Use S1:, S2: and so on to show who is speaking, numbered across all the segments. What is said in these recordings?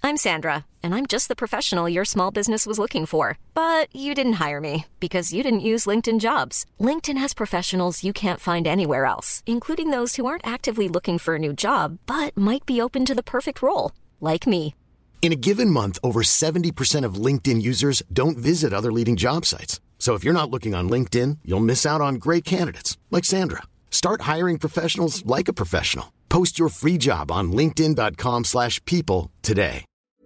S1: I'm Sandra, and I'm just the professional your small business was looking for. But you didn't hire me because you didn't use LinkedIn Jobs. LinkedIn has professionals you can't find anywhere else, including those who aren't actively looking for a new job, but might be open to the perfect role, like me.
S2: In a given month, over 70% of LinkedIn users don't visit other leading job sites. So if you're not looking on LinkedIn, you'll miss out on great candidates like Sandra. Start hiring professionals like a professional. Post your free job on linkedin.com/people today.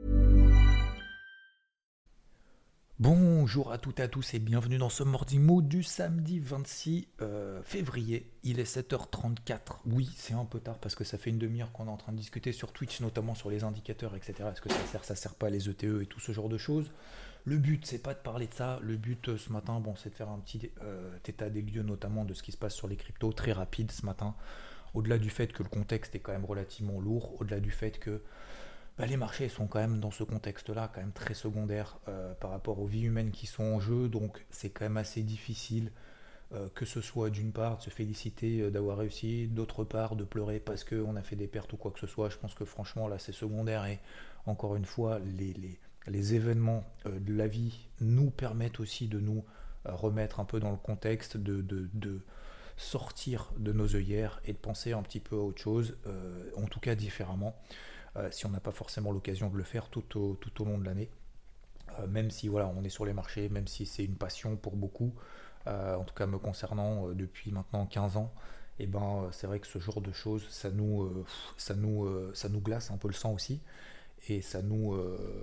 S3: Bonjour à toutes et à tous et bienvenue dans ce Morning Mood du samedi 26 février. Il est 7h34. Oui, c'est un peu tard parce que ça fait une demi-heure qu'on est en train de discuter sur Twitch, notamment sur les indicateurs, etc. Est-ce que ça sert pas les ETE et tout ce genre de choses. Le but, c'est pas de parler de ça. Le but ce matin, c'est de faire un petit état des lieux, notamment de ce qui se passe sur les cryptos, très rapide ce matin. Au-delà du fait que le contexte est quand même relativement lourd, au-delà du fait que les marchés sont quand même dans ce contexte-là, quand même très secondaires par rapport aux vies humaines qui sont en jeu, donc c'est quand même assez difficile que ce soit d'une part de se féliciter d'avoir réussi, d'autre part de pleurer parce qu'on a fait des pertes ou quoi que ce soit. Je pense que franchement là c'est secondaire et encore une fois les événements de la vie nous permettent aussi de nous remettre un peu dans le contexte, de sortir de nos œillères et de penser un petit peu à autre chose, en tout cas différemment. Si on n'a pas forcément l'occasion de le faire tout au long de l'année, même si on est sur les marchés, même si c'est une passion pour beaucoup, en tout cas me concernant depuis maintenant 15 ans, c'est vrai que ce genre de choses, ça nous glace un peu le sang aussi, et ça nous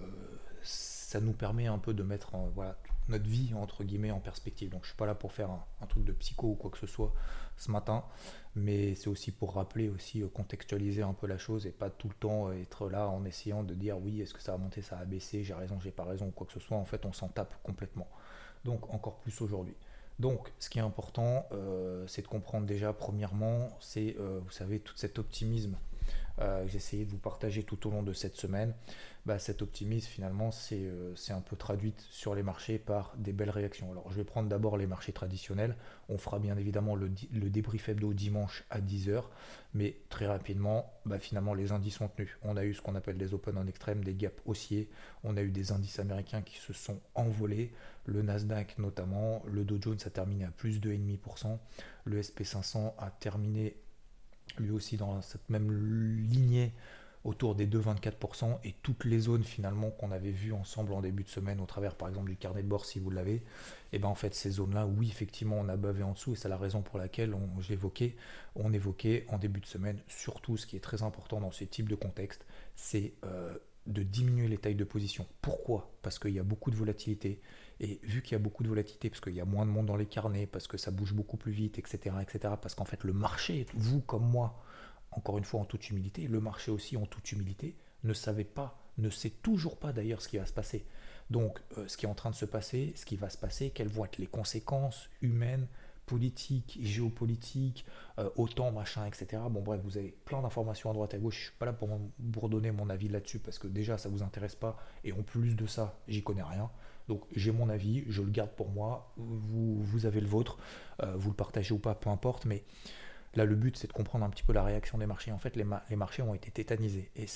S3: permet un peu de mettre notre vie entre guillemets en perspective. Donc je suis pas là pour faire un truc de psycho ou quoi que ce soit ce matin, mais c'est aussi pour rappeler, aussi contextualiser un peu la chose et pas tout le temps être là en essayant de dire oui, est-ce que ça va monter, ça va baisser, j'ai raison, j'ai pas raison ou quoi que ce soit. En fait on s'en tape complètement, donc encore plus aujourd'hui. Donc ce qui est important, c'est de comprendre déjà premièrement, c'est vous savez, tout cet optimisme j'ai essayé de vous partager tout au long de cette semaine. Cet optimisme finalement c'est un peu traduit sur les marchés par des belles réactions. Alors je vais prendre d'abord les marchés traditionnels, on fera bien évidemment le débrief hebdo dimanche à 10h, mais très rapidement finalement les indices sont tenus. On a eu ce qu'on appelle des open en extrême, des gaps haussiers, on a eu des indices américains qui se sont envolés, le Nasdaq notamment, le Dow Jones a terminé à plus de 2,5%, le SP500 a terminé lui aussi dans cette même lignée autour des 2,24%, et toutes les zones finalement qu'on avait vues ensemble en début de semaine au travers par exemple du carnet de bord si vous l'avez, et en fait ces zones là, oui effectivement on a bavé en dessous, et c'est la raison pour laquelle on évoquait en début de semaine, surtout ce qui est très important dans ce type de contexte, c'est de diminuer les tailles de position. Pourquoi ? Parce qu'il y a beaucoup de volatilité, et vu qu'il y a beaucoup de volatilité, parce qu'il y a moins de monde dans les carnets, parce que ça bouge beaucoup plus vite, etc., parce qu'en fait le marché, vous comme moi, encore une fois en toute humilité, le marché aussi en toute humilité, ne sait toujours pas d'ailleurs ce qui va se passer. Donc ce qui est en train de se passer, ce qui va se passer, quelles vont être les conséquences humaines, politiques, géopolitiques, OTAN, machin, etc. Bon bref, vous avez plein d'informations à droite à gauche, je suis pas là pour vous redonner mon avis là-dessus, parce que déjà ça vous intéresse pas, et en plus de ça, j'y connais rien. Donc j'ai mon avis, je le garde pour moi, vous avez le vôtre, vous le partagez ou pas, peu importe, mais là le but c'est de comprendre un petit peu la réaction des marchés. En fait les marchés ont été tétanisés, et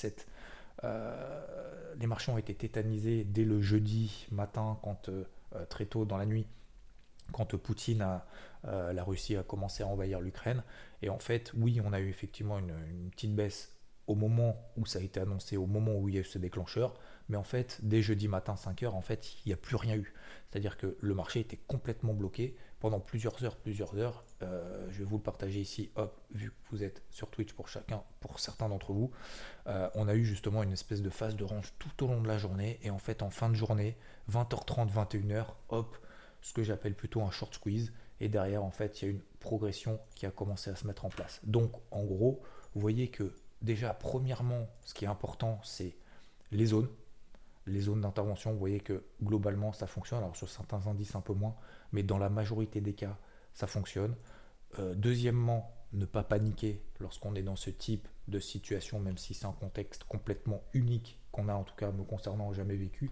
S3: les marchés ont été tétanisés dès le jeudi matin, quand très tôt dans la nuit, quand Poutine la Russie a commencé à envahir l'Ukraine. Et en fait oui, on a eu effectivement une petite baisse au moment où ça a été annoncé, au moment où il y a eu ce déclencheur, mais en fait dès jeudi matin 5h, en fait il n'y a plus rien eu, c'est-à-dire que le marché était complètement bloqué pendant plusieurs heures. Je vais vous le partager ici, hop, vu que vous êtes sur Twitch pour certains d'entre vous, on a eu justement une espèce de phase de range tout au long de la journée, et en fait en fin de journée, 20h30, 21h, hop, ce que j'appelle plutôt un short squeeze, et derrière en fait il y a une progression qui a commencé à se mettre en place. Donc en gros, vous voyez que déjà premièrement, ce qui est important, c'est les zones d'intervention. Vous voyez que globalement ça fonctionne, alors sur certains indices un peu moins, mais dans la majorité des cas ça fonctionne. Deuxièmement, ne pas paniquer lorsqu'on est dans ce type de situation, même si c'est un contexte complètement unique qu'on a, en tout cas me concernant, jamais vécu.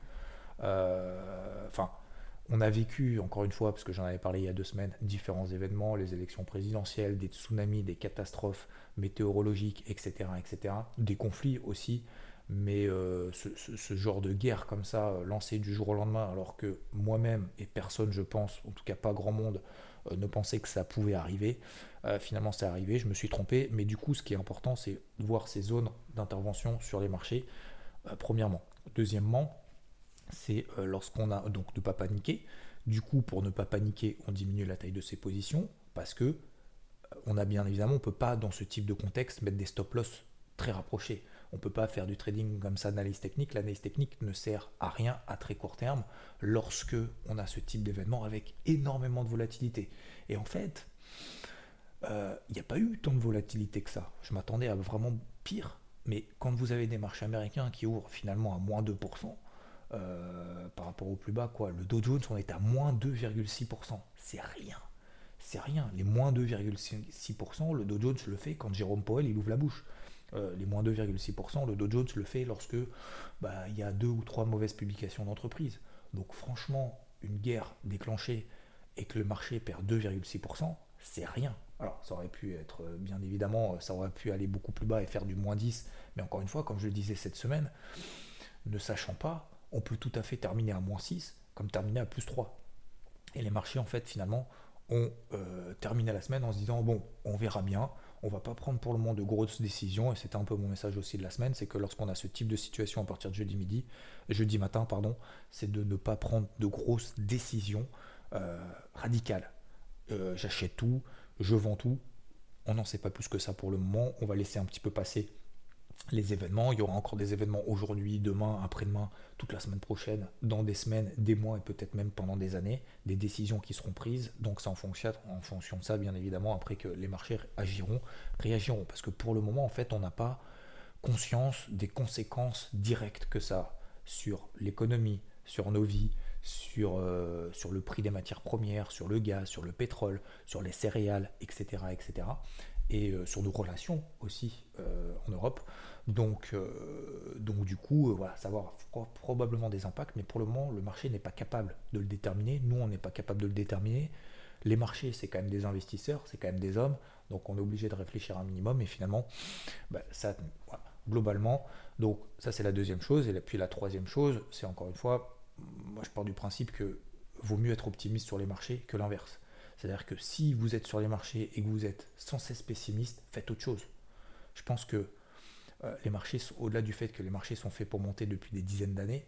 S3: On a vécu, encore une fois, parce que j'en avais parlé il y a 2 semaines, différents événements, les élections présidentielles, des tsunamis, des catastrophes météorologiques, etc., des conflits aussi, Mais ce genre de guerre comme ça, lancée du jour au lendemain, alors que moi-même et personne, je pense, en tout cas pas grand monde, ne pensait que ça pouvait arriver, finalement c'est arrivé, je me suis trompé. Mais du coup, ce qui est important, c'est de voir ces zones d'intervention sur les marchés, premièrement. Deuxièmement, c'est lorsqu'on a donc de ne pas paniquer. Du coup, pour ne pas paniquer, on diminue la taille de ses positions parce que on a bien évidemment, on ne peut pas dans ce type de contexte mettre des stop loss très rapprochés. On ne peut pas faire du trading comme ça d'analyse technique. L'analyse technique ne sert à rien à très court terme lorsque on a ce type d'événement avec énormément de volatilité. Et en fait, il n'y a pas eu tant de volatilité que ça. Je m'attendais à vraiment pire. Mais quand vous avez des marchés américains qui ouvrent finalement à moins 2%, par rapport au plus bas, quoi, le Dow Jones, on est à moins 2,6%. C'est rien. C'est rien. Les moins 2,6%, le Dow Jones le fait quand Jérôme Powell il ouvre la bouche. Les moins 2,6%, le Dow Jones le fait lorsque il y a 2 ou 3 mauvaises publications d'entreprise. Donc franchement, une guerre déclenchée et que le marché perd 2,6%, c'est rien. Alors ça aurait pu être, bien évidemment, ça aurait pu aller beaucoup plus bas et faire du moins 10, mais encore une fois, comme je le disais cette semaine, ne sachant pas, on peut tout à fait terminer à moins 6, comme terminer à plus 3. Et les marchés, en fait, finalement, ont terminé la semaine en se disant, bon, on verra bien, on va pas prendre pour le moment de grosses décisions, et c'était un peu mon message aussi de la semaine, c'est que lorsqu'on a ce type de situation à partir de jeudi matin, c'est de ne pas prendre de grosses décisions radicales. J'achète tout, je vends tout, on n'en sait pas plus que ça pour le moment, on va laisser un petit peu passer les événements. Il y aura encore des événements aujourd'hui, demain, après-demain, toute la semaine prochaine, dans des semaines, des mois et peut-être même pendant des années, des décisions qui seront prises. Donc c'est en fonction de ça, bien évidemment, après que les marchés réagiront. Parce que pour le moment, en fait, on n'a pas conscience des conséquences directes que ça a sur l'économie, sur nos vies, sur le prix des matières premières, sur le gaz, sur le pétrole, sur les céréales, etc. etc. Et sur nos relations aussi en Europe. Donc du coup, voilà, ça va avoir probablement des impacts, mais pour le moment, le marché n'est pas capable de le déterminer. Nous, on n'est pas capable de le déterminer. Les marchés, c'est quand même des investisseurs, c'est quand même des hommes, donc on est obligé de réfléchir un minimum, et finalement, ça, voilà, globalement, donc ça c'est la deuxième chose, et puis la troisième chose, c'est encore une fois, moi je pars du principe que vaut mieux être optimiste sur les marchés que l'inverse. C'est-à-dire que si vous êtes sur les marchés et que vous êtes sans cesse pessimiste, faites autre chose. Je pense que les marchés, au-delà du fait que les marchés sont faits pour monter depuis des dizaines d'années,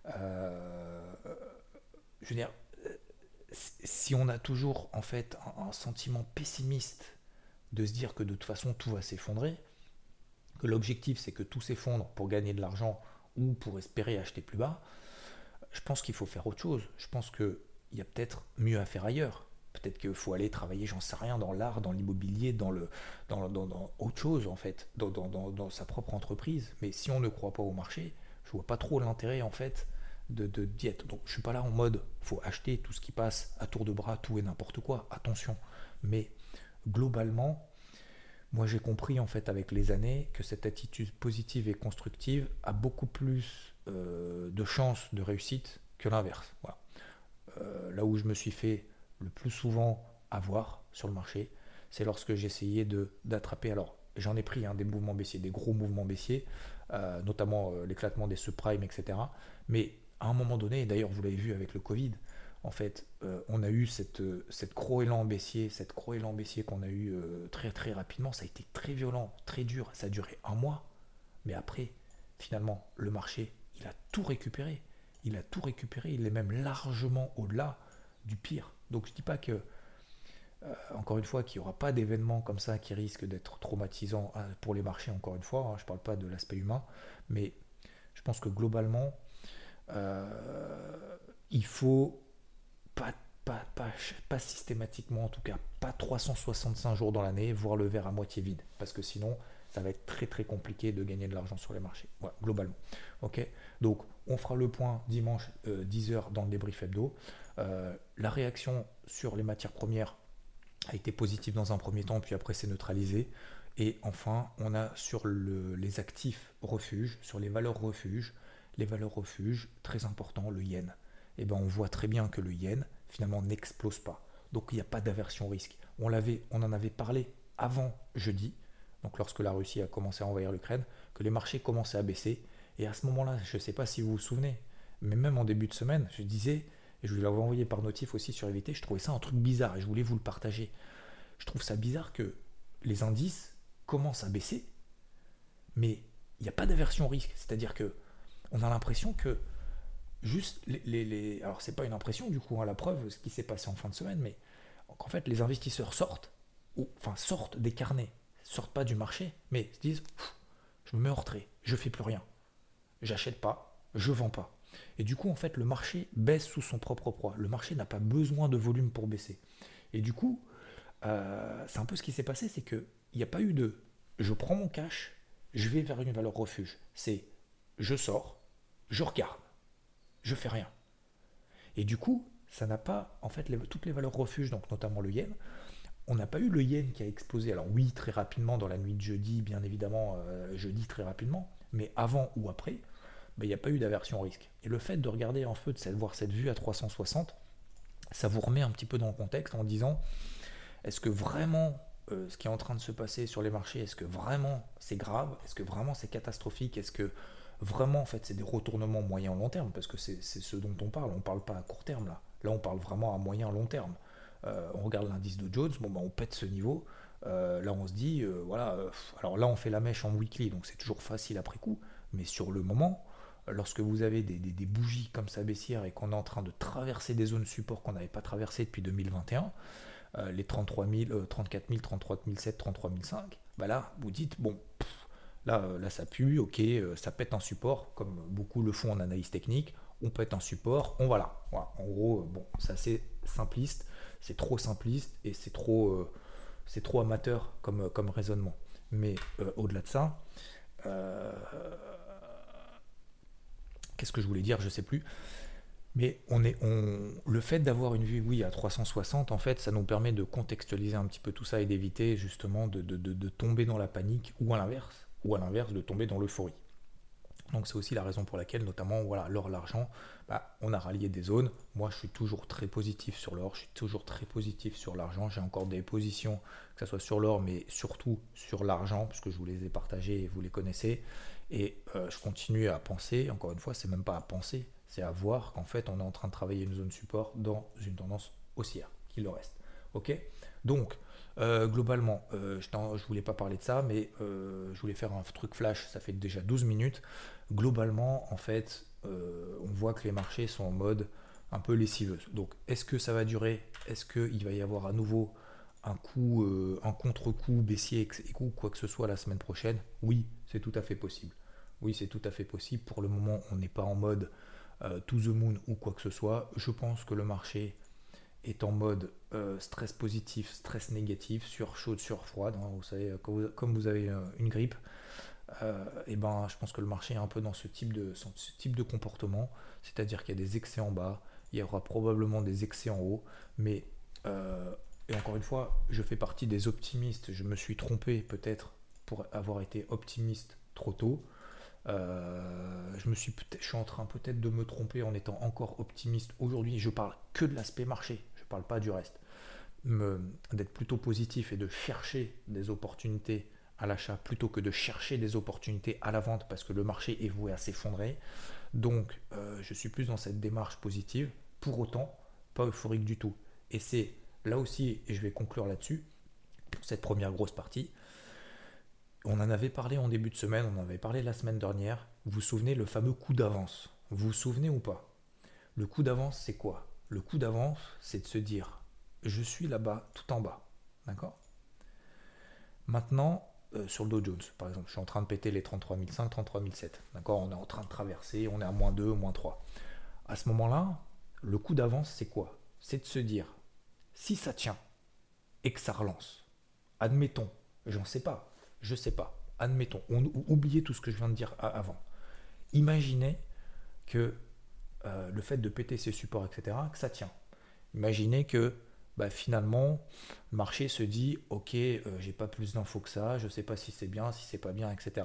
S3: je veux dire, si on a toujours en fait un sentiment pessimiste de se dire que de toute façon tout va s'effondrer, que l'objectif c'est que tout s'effondre pour gagner de l'argent ou pour espérer acheter plus bas, je pense qu'il faut faire autre chose. Je pense qu'il y a peut-être mieux à faire ailleurs. Peut-être qu'il faut aller travailler, j'en sais rien, dans l'art, dans l'immobilier, dans autre chose en fait, dans sa propre entreprise. Mais si on ne croit pas au marché, je vois pas trop l'intérêt en fait d'y être. Donc je suis pas là en mode, faut acheter tout ce qui passe à tour de bras, tout et n'importe quoi. Attention. Mais globalement, moi j'ai compris en fait avec les années que cette attitude positive et constructive a beaucoup plus de chances de réussite que l'inverse. Voilà. Là où je me suis fait le plus souvent avoir sur le marché, c'est lorsque j'essayais d'attraper, alors j'en ai pris des mouvements baissiers, des gros mouvements baissiers, notamment l'éclatement des subprimes, etc. Mais à un moment donné, et d'ailleurs vous l'avez vu avec le Covid, en fait, on a eu cette gros élan baissier, qu'on a eu très très rapidement, ça a été très violent, très dur, ça a duré un mois, mais après, finalement, le marché, il a tout récupéré, il est même largement au-delà du pire. Donc je ne dis pas que, encore une fois, qu'il n'y aura pas d'événements comme ça qui risquent d'être traumatisants pour les marchés, encore une fois, je ne parle pas de l'aspect humain, mais je pense que globalement, il faut pas systématiquement, en tout cas pas 365 jours dans l'année, voir le verre à moitié vide, parce que sinon ça va être très très compliqué de gagner de l'argent sur les marchés, voilà, globalement. Ok, donc on fera le point dimanche 10h dans le débrief hebdo. La réaction sur les matières premières a été positive dans un premier temps, puis après c'est neutralisé. Et enfin, on a sur les actifs refuges, sur les valeurs refuges, très important, le yen. Et ben on voit très bien que le yen finalement n'explose pas. Donc il n'y a pas d'aversion au risque. On en avait parlé avant jeudi, donc lorsque la Russie a commencé à envahir l'Ukraine, que les marchés commençaient à baisser Et à ce moment-là, je ne sais pas si vous vous souvenez, mais même en début de semaine, je disais, et je vous l'avais envoyé par notif aussi sur EVT, je trouvais ça un truc bizarre et je voulais vous le partager. Je trouve ça bizarre que les indices commencent à baisser, mais il n'y a pas d'aversion au risque. C'est-à-dire que on a l'impression que juste alors c'est pas une impression du coup, la preuve, ce qui s'est passé en fin de semaine, mais qu'en fait les investisseurs sortent, ou enfin sortent des carnets, sortent pas du marché, mais se disent, je me mets en retrait, je fais plus rien, j'achète pas, je vends pas. Et du coup, en fait, le marché baisse sous son propre poids. Le marché n'a pas besoin de volume pour baisser. Et du coup, c'est un peu ce qui s'est passé, c'est qu'il n'y a pas eu de je prends mon cash, je vais vers une valeur refuge. C'est je sors, je regarde, je fais rien. Et du coup, ça n'a pas, en fait, toutes les valeurs refuges, donc notamment le yen, on n'a pas eu le yen qui a explosé. Alors oui, très rapidement dans la nuit de jeudi, bien évidemment, jeudi très rapidement, mais avant ou après, il n'y a pas eu d'aversion au risque. Et le fait de regarder en feu, de voir cette vue à 360, ça vous remet un petit peu dans le contexte en disant, est-ce que vraiment ce qui est en train de se passer sur les marchés, est-ce que vraiment c'est grave? Est-ce que vraiment c'est catastrophique? Est-ce que vraiment en fait c'est des retournements moyen long terme? Parce que c'est ce dont on ne parle pas à court terme là. Là on parle vraiment à moyen long terme. On regarde l'indice de Jones, on pète ce niveau. Là on se dit, voilà, alors là on fait la mèche en weekly, donc c'est toujours facile après coup, mais sur le moment, lorsque vous avez des bougies comme ça baissières et qu'on est en train de traverser des zones support qu'on n'avait pas traversées depuis 2021, les 33 000, 34 000, 33 007, 33 005, là vous dites, bon, là ça pue, ok, ça pète un support, comme beaucoup le font en analyse technique, on pète un support, on va là. Voilà. En gros, bon, c'est assez simpliste, c'est trop simpliste et c'est trop amateur comme raisonnement. Mais au-delà de ça, qu'est-ce que je voulais dire, je sais plus. Mais le fait d'avoir une vue, oui, à 360, en fait, ça nous permet de contextualiser un petit peu tout ça et d'éviter justement de tomber dans la panique ou à l'inverse, de tomber dans l'euphorie. Donc c'est aussi la raison pour laquelle, notamment, voilà, l'or, l'argent, on a rallié des zones. Moi, je suis toujours très positif sur l'or, je suis toujours très positif sur l'argent. J'ai encore des positions, que ce soit sur l'or, mais surtout sur l'argent, puisque je vous les ai partagées et vous les connaissez. Et je continue à penser, encore une fois, c'est même pas à penser, c'est à voir qu'en fait, on est en train de travailler une zone support dans une tendance haussière, qu'il le reste. Ok? Donc, globalement, je voulais pas parler de ça, mais je voulais faire un truc flash, ça fait déjà 12 minutes. Globalement, en fait, on voit que les marchés sont en mode un peu lessiveuse. Donc, est-ce que ça va durer? Est-ce qu'il va y avoir à nouveau un contre-coup baissier ou quoi que ce soit la semaine prochaine? Oui, c'est tout à fait possible. Oui, c'est tout à fait possible. Pour le moment, on n'est pas en mode to the moon ou quoi que ce soit. Je pense que le marché est en mode stress positif, stress négatif, sur chaude, sur froide. Hein, vous savez, comme vous avez une grippe, et je pense que le marché est un peu dans ce type de comportement, c'est-à-dire qu'il y a des excès en bas, il y aura probablement des excès en haut, mais et encore une fois, je fais partie des optimistes. Je me suis trompé peut-être pour avoir été optimiste trop tôt. Je suis en train peut-être de me tromper en étant encore optimiste aujourd'hui. Je parle que de l'aspect marché, je ne parle pas du reste. D'être plutôt positif et de chercher des opportunités à l'achat plutôt que de chercher des opportunités à la vente parce que le marché est voué à s'effondrer. Donc je suis plus dans cette démarche positive, pour autant pas euphorique du tout. Et c'est là aussi, et je vais conclure là-dessus, pour cette première grosse partie, on en avait parlé en début de semaine, on en avait parlé la semaine dernière. Vous vous souvenez le fameux coup d'avance? Vous vous souvenez ou pas? Le coup d'avance, c'est quoi? Le coup d'avance, c'est de se dire, je suis là-bas, tout en bas. D'accord? Maintenant, sur le Dow Jones, par exemple, je suis en train de péter les 33 500, 33 700. D'accord? On est en train de traverser, on est à -2, -3. À ce moment-là, le coup d'avance, c'est quoi? C'est de se dire, si ça tient et que ça relance, admettons, j'en sais pas, je sais pas, admettons, oubliez tout ce que je viens de dire avant. Imaginez que le fait de péter ses supports, etc., que ça tient. Imaginez que finalement, le marché se dit, ok, j'ai pas plus d'infos que ça, je sais pas si c'est bien, si c'est pas bien, etc.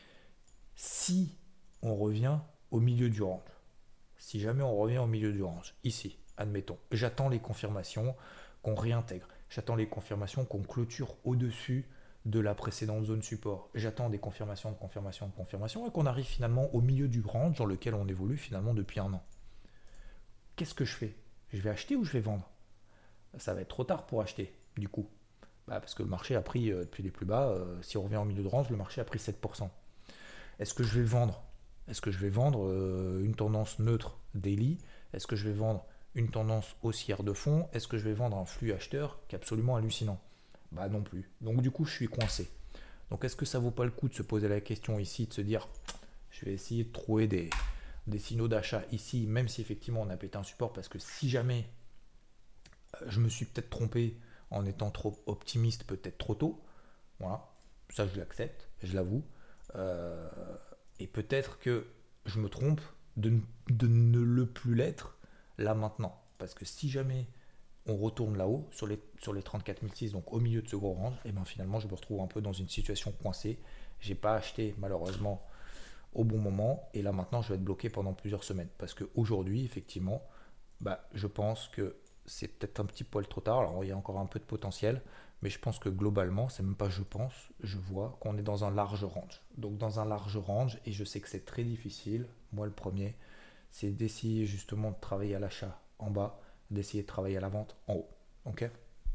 S3: Si on revient au milieu du range, si jamais on revient au milieu du range, ici, admettons, j'attends les confirmations qu'on réintègre, j'attends les confirmations qu'on clôture au-dessus de la précédente zone support, j'attends des confirmations, et qu'on arrive finalement au milieu du range dans lequel on évolue finalement depuis un an. Qu'est-ce que je fais? Je vais acheter ou je vais vendre? Ça va être trop tard pour acheter, du coup. Parce que le marché a pris depuis les plus bas, si on revient au milieu de range, le marché a pris 7%. Est-ce que je vais vendre? Est-ce que je vais vendre une tendance neutre daily? Est-ce que je vais vendre une tendance haussière de fond? Est-ce que je vais vendre un flux acheteur qui est absolument hallucinant? Non plus. Donc du coup, je suis coincé. Donc est-ce que ça vaut pas le coup de se poser la question ici, de se dire, je vais essayer de trouver des signaux d'achat ici, même si effectivement on a pété un support, parce que si jamais je me suis peut-être trompé en étant trop optimiste, peut-être trop tôt, voilà, ça je l'accepte, je l'avoue, et peut-être que je me trompe de ne le plus l'être là maintenant, parce que si jamais on retourne là-haut sur les 34 006, donc au milieu de ce gros range, et bien finalement je me retrouve un peu dans une situation coincée. J'ai pas acheté malheureusement au bon moment, et là maintenant je vais être bloqué pendant plusieurs semaines, parce qu'aujourd'hui effectivement, je pense que c'est peut-être un petit poil trop tard. Alors il y a encore un peu de potentiel, mais je pense que globalement, c'est même pas je pense, je vois qu'on est dans un large range. Donc dans un large range, et je sais que c'est très difficile, moi le premier, c'est d'essayer justement de travailler à l'achat en bas, d'essayer de travailler à la vente en haut. Ok.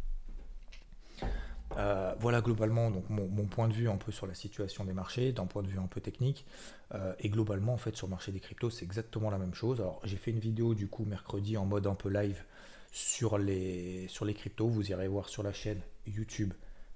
S3: Voilà globalement donc mon point de vue un peu sur la situation des marchés, d'un point de vue un peu technique. Et globalement en fait sur le marché des cryptos c'est exactement la même chose. Alors j'ai fait une vidéo du coup mercredi en mode un peu live sur les cryptos. Vous irez voir sur la chaîne YouTube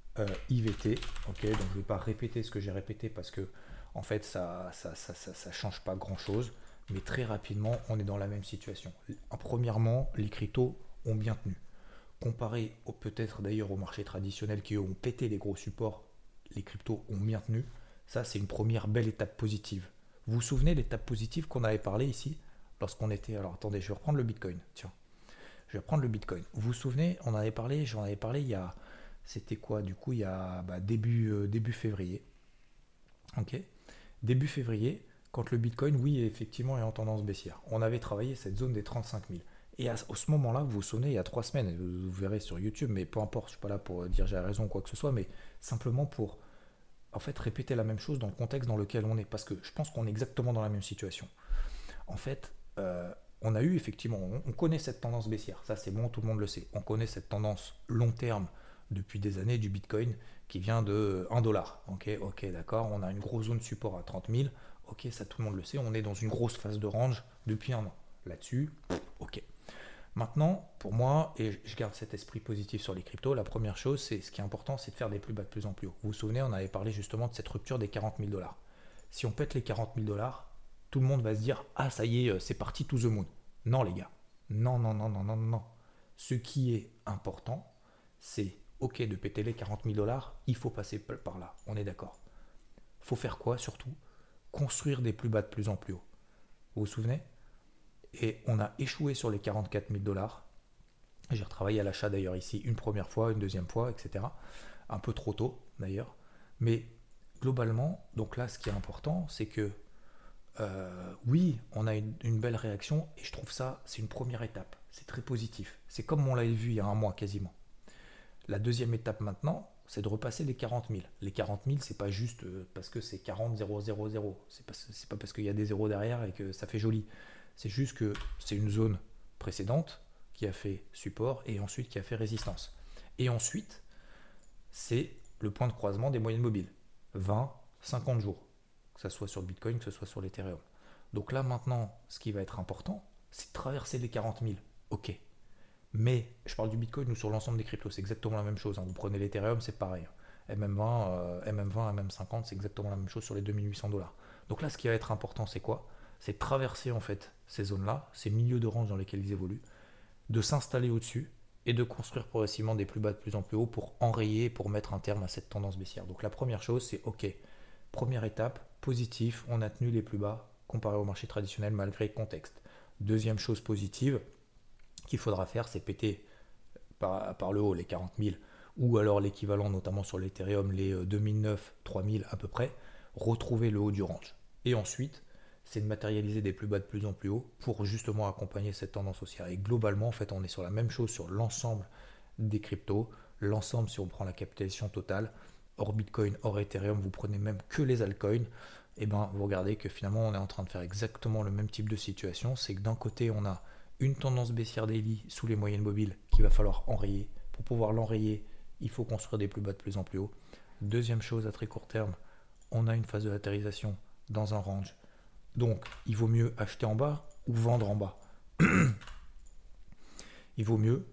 S3: IVT. Ok, donc je ne vais pas répéter ce que j'ai répété parce que en fait ça change pas grand chose. Mais très rapidement on est dans la même situation. Premièrement, les cryptos ont bien tenu. Comparé peut-être d'ailleurs au marché traditionnel qui eux ont pété les gros supports, les cryptos ont bien tenu. Ça, c'est une première belle étape positive. Vous vous souvenez de l'étape positive qu'on avait parlé ici lorsqu'on était... Alors attendez, je vais reprendre le Bitcoin. Tiens, je vais reprendre le Bitcoin. Vous vous souvenez, j'en avais parlé il y a... C'était quoi du coup? Il y a début février. Ok. Début février, quand le Bitcoin, oui, effectivement, est en tendance baissière. On avait travaillé cette zone des 35 000. Et à ce moment-là, vous vous souvenez, il y a 3 semaines, vous verrez sur YouTube, mais peu importe, je ne suis pas là pour dire j'ai raison ou quoi que ce soit, mais simplement pour en fait répéter la même chose dans le contexte dans lequel on est, parce que je pense qu'on est exactement dans la même situation. En fait, on a eu effectivement, on connaît cette tendance baissière, ça c'est bon, tout le monde le sait. On connaît cette tendance long terme depuis des années du Bitcoin qui vient de 1 dollar. Ok, d'accord, on a une grosse zone support à 30 000, ok, ça tout le monde le sait, on est dans une grosse phase de range depuis un an. Là-dessus, ok. Maintenant, pour moi, et je garde cet esprit positif sur les cryptos, la première chose, c'est ce qui est important, c'est de faire des plus bas de plus en plus haut. Vous vous souvenez, on avait parlé justement de cette rupture des 40 000 dollars. Si on pète les 40 000 dollars, tout le monde va se dire ah ça y est, c'est parti to the moon. Non les gars, non non non non non non. Ce qui est important, c'est ok de péter les 40 000 dollars, il faut passer par là. On est d'accord. Faut faire quoi surtout? Construire des plus bas de plus en plus haut. Vous vous souvenez? Et on a échoué sur les 44 000 dollars. J'ai retravaillé à l'achat d'ailleurs ici une première fois, une deuxième fois, etc. Un peu trop tôt d'ailleurs. Mais globalement, donc là ce qui est important, c'est que oui, on a une belle réaction et je trouve ça, c'est une première étape. C'est très positif. C'est comme on l'avait vu il y a un mois quasiment. La deuxième étape maintenant, c'est de repasser les 40 000. Les 40 000, c'est pas juste parce que c'est 40 000. C'est pas parce qu'il y a des zéros derrière et que ça fait joli. C'est juste que c'est une zone précédente qui a fait support et ensuite qui a fait résistance. Et ensuite, c'est le point de croisement des moyennes mobiles. 20, 50 jours. Que ce soit sur le Bitcoin, que ce soit sur l'Ethereum. Donc là maintenant, ce qui va être important, c'est de traverser les 40 000. Ok. Mais je parle du Bitcoin ou sur l'ensemble des cryptos, c'est exactement la même chose. Vous prenez l'Ethereum, c'est pareil. MM20, MM50, c'est exactement la même chose sur les 2800 dollars. Donc là, ce qui va être important, c'est quoi? C'est de traverser en fait ces zones-là, ces milieux de range dans lesquels ils évoluent, de s'installer au-dessus et de construire progressivement des plus bas de plus en plus haut pour enrayer, pour mettre un terme à cette tendance baissière. Donc la première chose, c'est ok. Première étape, positif, on a tenu les plus bas comparé au marché traditionnel malgré le contexte. Deuxième chose positive qu'il faudra faire, c'est péter par le haut les 40 000 ou alors l'équivalent notamment sur l'Ethereum, les 2009, 3000 à peu près, retrouver le haut du range. Et ensuite, c'est de matérialiser des plus bas de plus en plus haut pour justement accompagner cette tendance haussière. Et globalement, en fait, on est sur la même chose sur l'ensemble des cryptos. L'ensemble, si on prend la capitalisation totale, hors Bitcoin, hors Ethereum, vous prenez même que les altcoins, et ben vous regardez que finalement on est en train de faire exactement le même type de situation. C'est que d'un côté on a une tendance baissière daily sous les moyennes mobiles qu'il va falloir enrayer. Pour pouvoir l'enrayer, il faut construire des plus bas de plus en plus haut. Deuxième chose, à très court terme, on a une phase de latérisation dans un range. Donc il vaut mieux acheter en bas ou vendre en bas. Il vaut mieux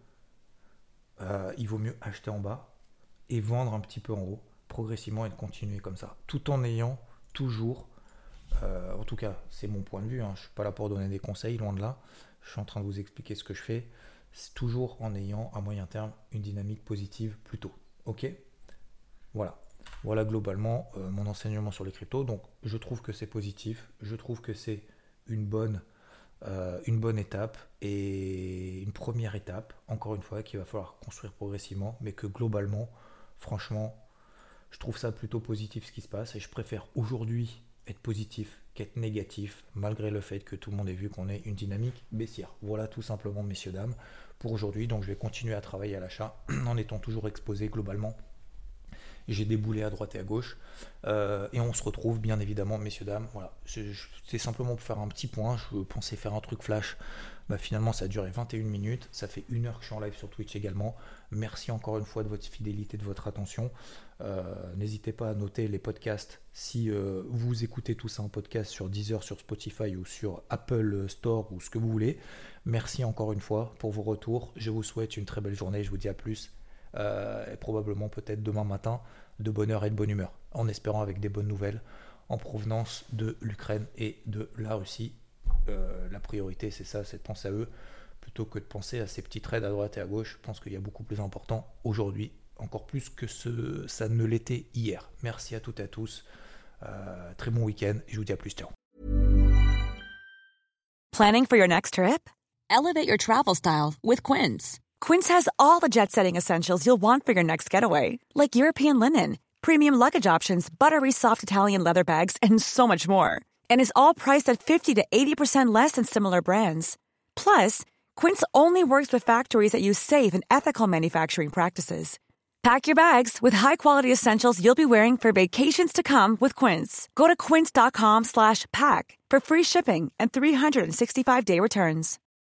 S3: acheter en bas et vendre un petit peu en haut, progressivement, et de continuer comme ça, tout en ayant toujours, en tout cas c'est mon point de vue, je ne suis pas là pour donner des conseils, loin de là, je suis en train de vous expliquer ce que je fais, c'est toujours en ayant à moyen terme une dynamique positive plutôt. Ok, voilà globalement mon enseignement sur les cryptos. Donc je trouve que c'est positif, je trouve que c'est une bonne étape et une première étape, encore une fois, qu'il va falloir construire progressivement, mais que globalement, franchement, je trouve ça plutôt positif ce qui se passe, et je préfère aujourd'hui être positif qu'être négatif, malgré le fait que tout le monde ait vu qu'on ait une dynamique baissière. Voilà tout simplement, messieurs, dames, pour aujourd'hui. Donc je vais continuer à travailler à l'achat en étant toujours exposé globalement. J'ai déboulé à droite et à gauche, et on se retrouve bien évidemment, messieurs, dames. Voilà, c'est simplement pour faire un petit point. Je pensais faire un truc flash, finalement ça a duré 21 minutes, ça fait 1 heure que je suis en live sur Twitch également. Merci encore une fois de votre fidélité, de votre attention. N'hésitez pas à noter les podcasts si vous écoutez tout ça en podcast sur Deezer, sur Spotify ou sur Apple Store ou ce que vous voulez. Merci encore une fois pour vos retours. Je vous souhaite une très belle journée, je vous dis à plus. Et probablement peut-être demain matin, de bonne heure et de bonne humeur, en espérant avec des bonnes nouvelles en provenance de l'Ukraine et de la Russie. La priorité c'est ça, c'est de penser à eux plutôt que de penser à ces petits trades à droite et à gauche. Je pense qu'il y a beaucoup plus important aujourd'hui, encore plus que ça ne l'était hier. Merci à toutes et à tous, très bon week-end et je vous dis à plus, ciao.
S4: Planning for your next trip? Elevate your travel style with Quince. Quince has all the jet-setting essentials you'll want for your next getaway, like European linen, premium luggage options, buttery soft Italian leather bags, and so much more. And is all priced at 50 to 80% less than similar brands. Plus, Quince only works with factories that use safe and ethical manufacturing practices. Pack your bags with high-quality essentials you'll be wearing for vacations to come with Quince. Go to quince.com/pack for free shipping and 365-day returns.